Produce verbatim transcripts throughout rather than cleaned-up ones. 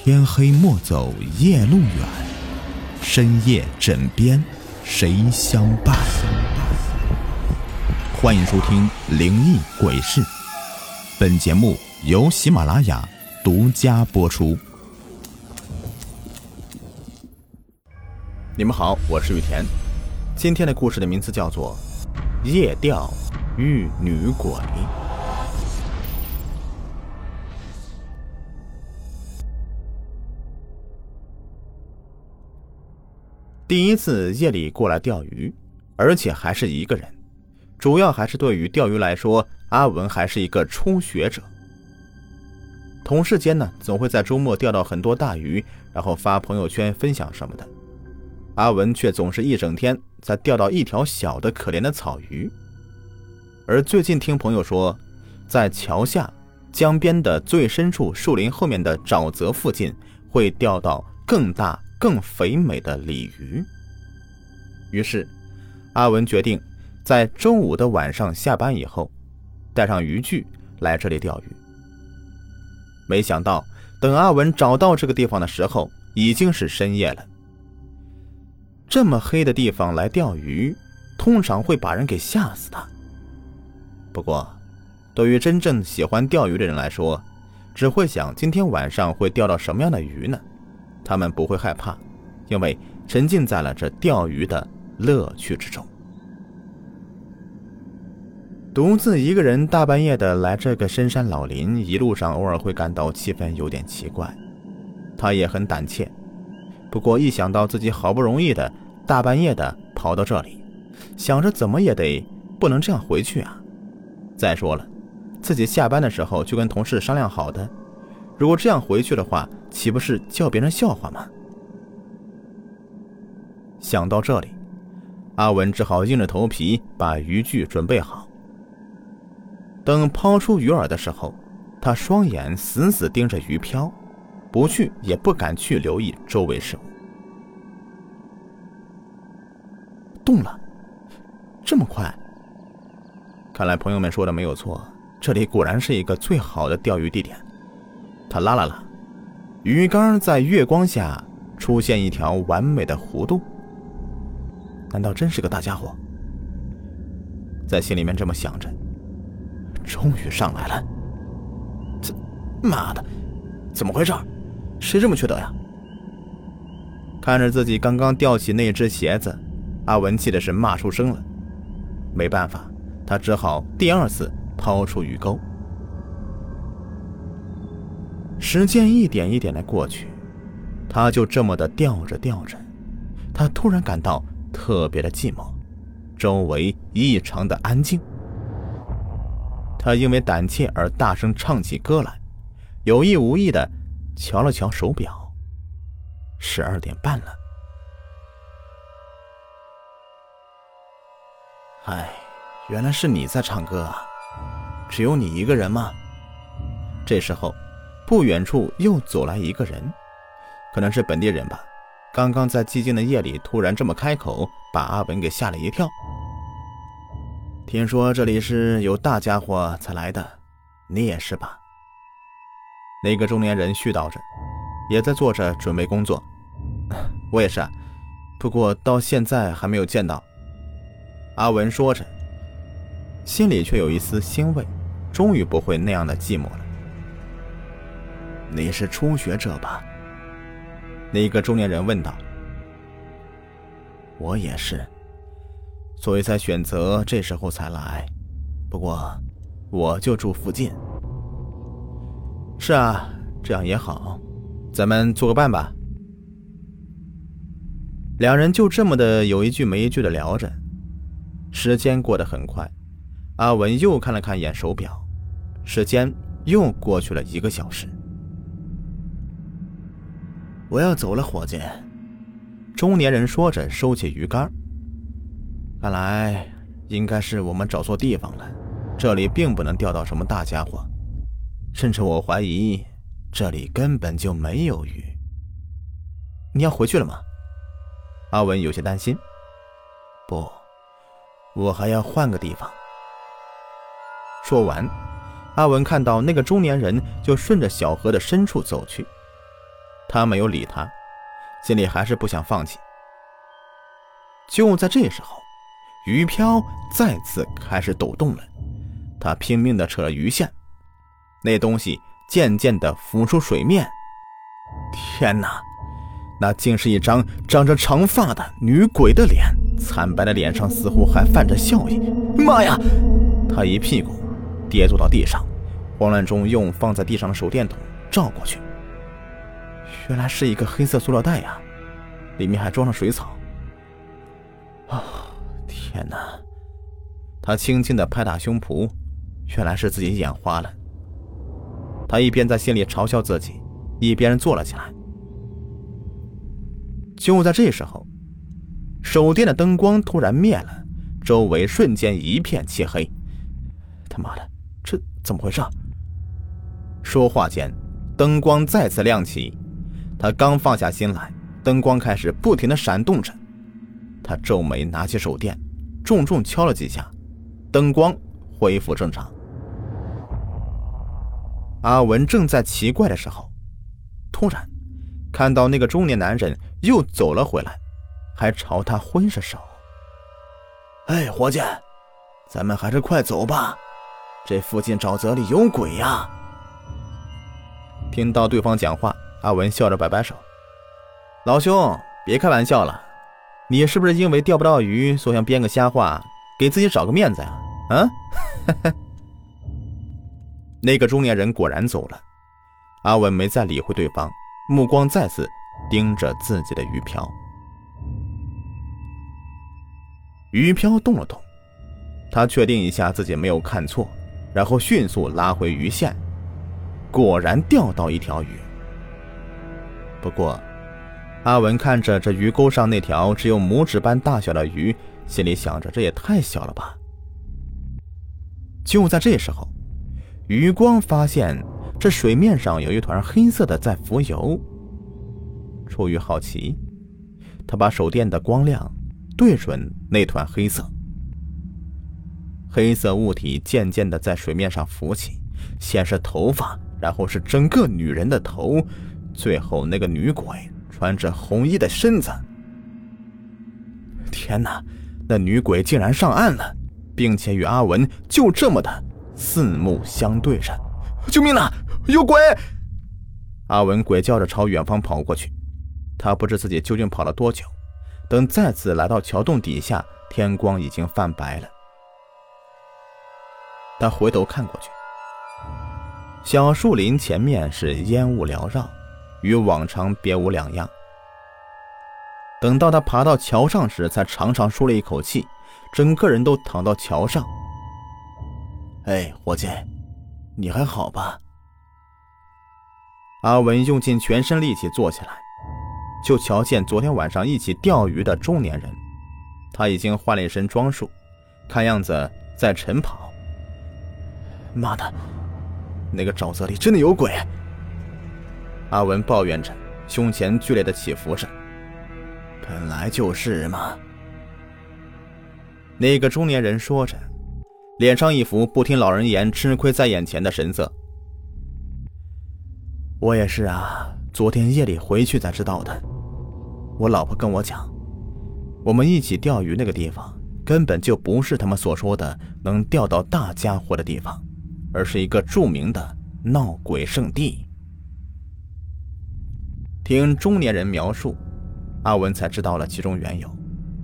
天黑莫走夜路远，深夜枕边谁相伴。欢迎收听灵异鬼事，本节目由喜马拉雅独家播出。你们好，我是雨田。今天的故事的名字叫做夜钓遇女鬼。第一次夜里过来钓鱼，而且还是一个人，主要还是对于钓鱼来说，阿文还是一个初学者。同事间呢，总会在周末钓到很多大鱼，然后发朋友圈分享什么的。阿文却总是一整天才钓到一条小的可怜的草鱼。而最近听朋友说，在桥下江边的最深处树林后面的沼泽附近会钓到更大更肥美的鲤鱼。于是阿文决定在周五的晚上下班以后带上渔具来这里钓鱼。没想到等阿文找到这个地方的时候，已经是深夜了。这么黑的地方来钓鱼，通常会把人给吓死的。不过对于真正喜欢钓鱼的人来说，只会想今天晚上会钓到什么样的鱼呢？他们不会害怕，因为沉浸在了这钓鱼的乐趣之中。独自一个人大半夜的来这个深山老林，一路上偶尔会感到气氛有点奇怪。他也很胆怯，不过一想到自己好不容易的大半夜的跑到这里，想着怎么也得不能这样回去啊。再说了，自己下班的时候就跟同事商量好的，如果这样回去的话，岂不是叫别人笑话吗？想到这里，阿文只好硬着头皮把渔具准备好。等抛出鱼饵的时候，他双眼死死盯着鱼漂，不去也不敢去留意周围事物。动了，这么快！看来朋友们说的没有错，这里果然是一个最好的钓鱼地点。他拉了拉鱼竿，在月光下出现一条完美的弧度。难道真是个大家伙？在心里面这么想着，终于上来了。这妈的，怎么回事？谁这么缺德呀？看着自己刚刚吊起那只鞋子，阿文气的是骂出声了。没办法，他只好第二次抛出鱼钩。时间一点一点的过去，他就这么的钓着钓着，他突然感到特别的寂寞，周围异常的安静。他因为胆怯而大声唱起歌来，有意无意的瞧了瞧手表，十二点半了。哎，原来是你在唱歌啊，只有你一个人吗？这时候不远处又走来一个人，可能是本地人吧，刚刚在寂静的夜里突然这么开口，把阿文给吓了一跳。听说这里是有大家伙才来的，你也是吧？那个中年人絮叨着，也在做着准备工作。我也是啊，不过到现在还没有见到。阿文说着，心里却有一丝欣慰，终于不会那样的寂寞了。你是初学者吧？那个中年人问道。我也是，所以才选择这时候才来，不过我就住附近。是啊，这样也好，咱们做个伴吧。两人就这么的有一句没一句的聊着，时间过得很快。阿文又看了看眼手表，时间又过去了一个小时。我要走了，伙计。中年人说着收起鱼竿。看来应该是我们找错地方了，这里并不能钓到什么大家伙，甚至我怀疑这里根本就没有鱼。你要回去了吗？阿文有些担心。不，我还要换个地方。说完，阿文看到那个中年人就顺着小河的深处走去。 他没有理他，心里还是不想放弃。就在这时候，鱼漂再次开始抖动了，他拼命地扯着鱼线，那东西渐渐地浮出水面。天哪，那竟是一张长着长发的女鬼的脸，惨白的脸上似乎还泛着笑意。妈呀！他一屁股跌坐到地上，慌乱中用放在地上的手电筒照过去，原来是一个黑色塑料袋呀，里面还装上水草。啊、哦，天哪！他轻轻地拍打胸脯，原来是自己眼花了。他一边在心里嘲笑自己，一边坐了起来。就在这时候，手电的灯光突然灭了，周围瞬间一片漆黑。他妈的，这怎么回事？说话间，灯光再次亮起。他刚放下心来，灯光开始不停地闪动着。他皱眉，拿起手电，重重敲了几下，灯光恢复正常。阿文正在奇怪的时候，突然看到那个中年男人又走了回来，还朝他挥着手。哎，伙计，咱们还是快走吧，这附近沼泽里有鬼呀！听到对方讲话，阿文笑着摆摆手。老兄，别开玩笑了，你是不是因为钓不到鱼，所以想编个瞎话，给自己找个面子呀？啊？那个中年人果然走了，阿文没再理会对方，目光再次盯着自己的鱼漂。鱼漂动了动，他确定一下自己没有看错，然后迅速拉回鱼线，果然钓到一条鱼。不过阿文看着这鱼钩上那条只有拇指般大小的鱼，心里想着这也太小了吧。就在这时候，余光发现这水面上有一团黑色的在浮游。出于好奇，他把手电的光亮对准那团黑色。黑色物体渐渐地在水面上浮起，先是头发，然后是整个女人的头，最后那个女鬼穿着红衣的身子。天哪，那女鬼竟然上岸了，并且与阿文就这么的四目相对着。救命啊，有鬼！阿文鬼叫着朝远方跑过去。他不知自己究竟跑了多久，等再次来到桥洞底下，天光已经泛白了。他回头看过去，小树林前面是烟雾缭绕，与往常别无两样。等到他爬到桥上时，才长长舒了一口气，整个人都躺到桥上。哎，伙计，你还好吧？阿文用尽全身力气坐起来，就瞧见昨天晚上一起钓鱼的中年人，他已经换了一身装束，看样子在晨跑。妈的，那个沼泽里真的有鬼！阿文抱怨着，胸前剧烈的起伏着。本来就是嘛。那个中年人说着，脸上一副不听老人言，吃亏在眼前的神色。我也是啊，昨天夜里回去才知道的。我老婆跟我讲，我们一起钓鱼那个地方根本就不是他们所说的能钓到大家伙的地方，而是一个著名的闹鬼圣地。听中年人描述，阿文才知道了其中缘由。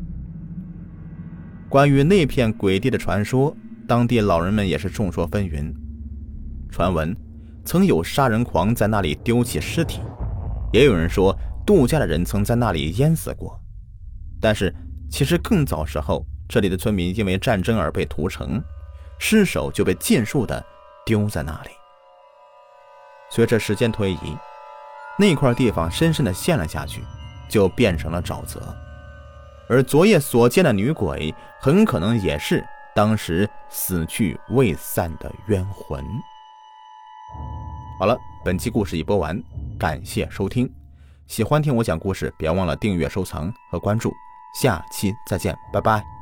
关于那片鬼地的传说，当地老人们也是众说纷纭。传闻曾有杀人狂在那里丢弃尸体，也有人说度假的人曾在那里淹死过。但是其实更早时候，这里的村民因为战争而被屠城，尸首就被尽数的丢在那里。随着时间推移，那块地方深深的陷了下去，就变成了沼泽。而昨夜所见的女鬼，很可能也是当时死去未散的冤魂。好了，本期故事已播完，感谢收听。喜欢听我讲故事，别忘了订阅、收藏和关注。下期再见，拜拜。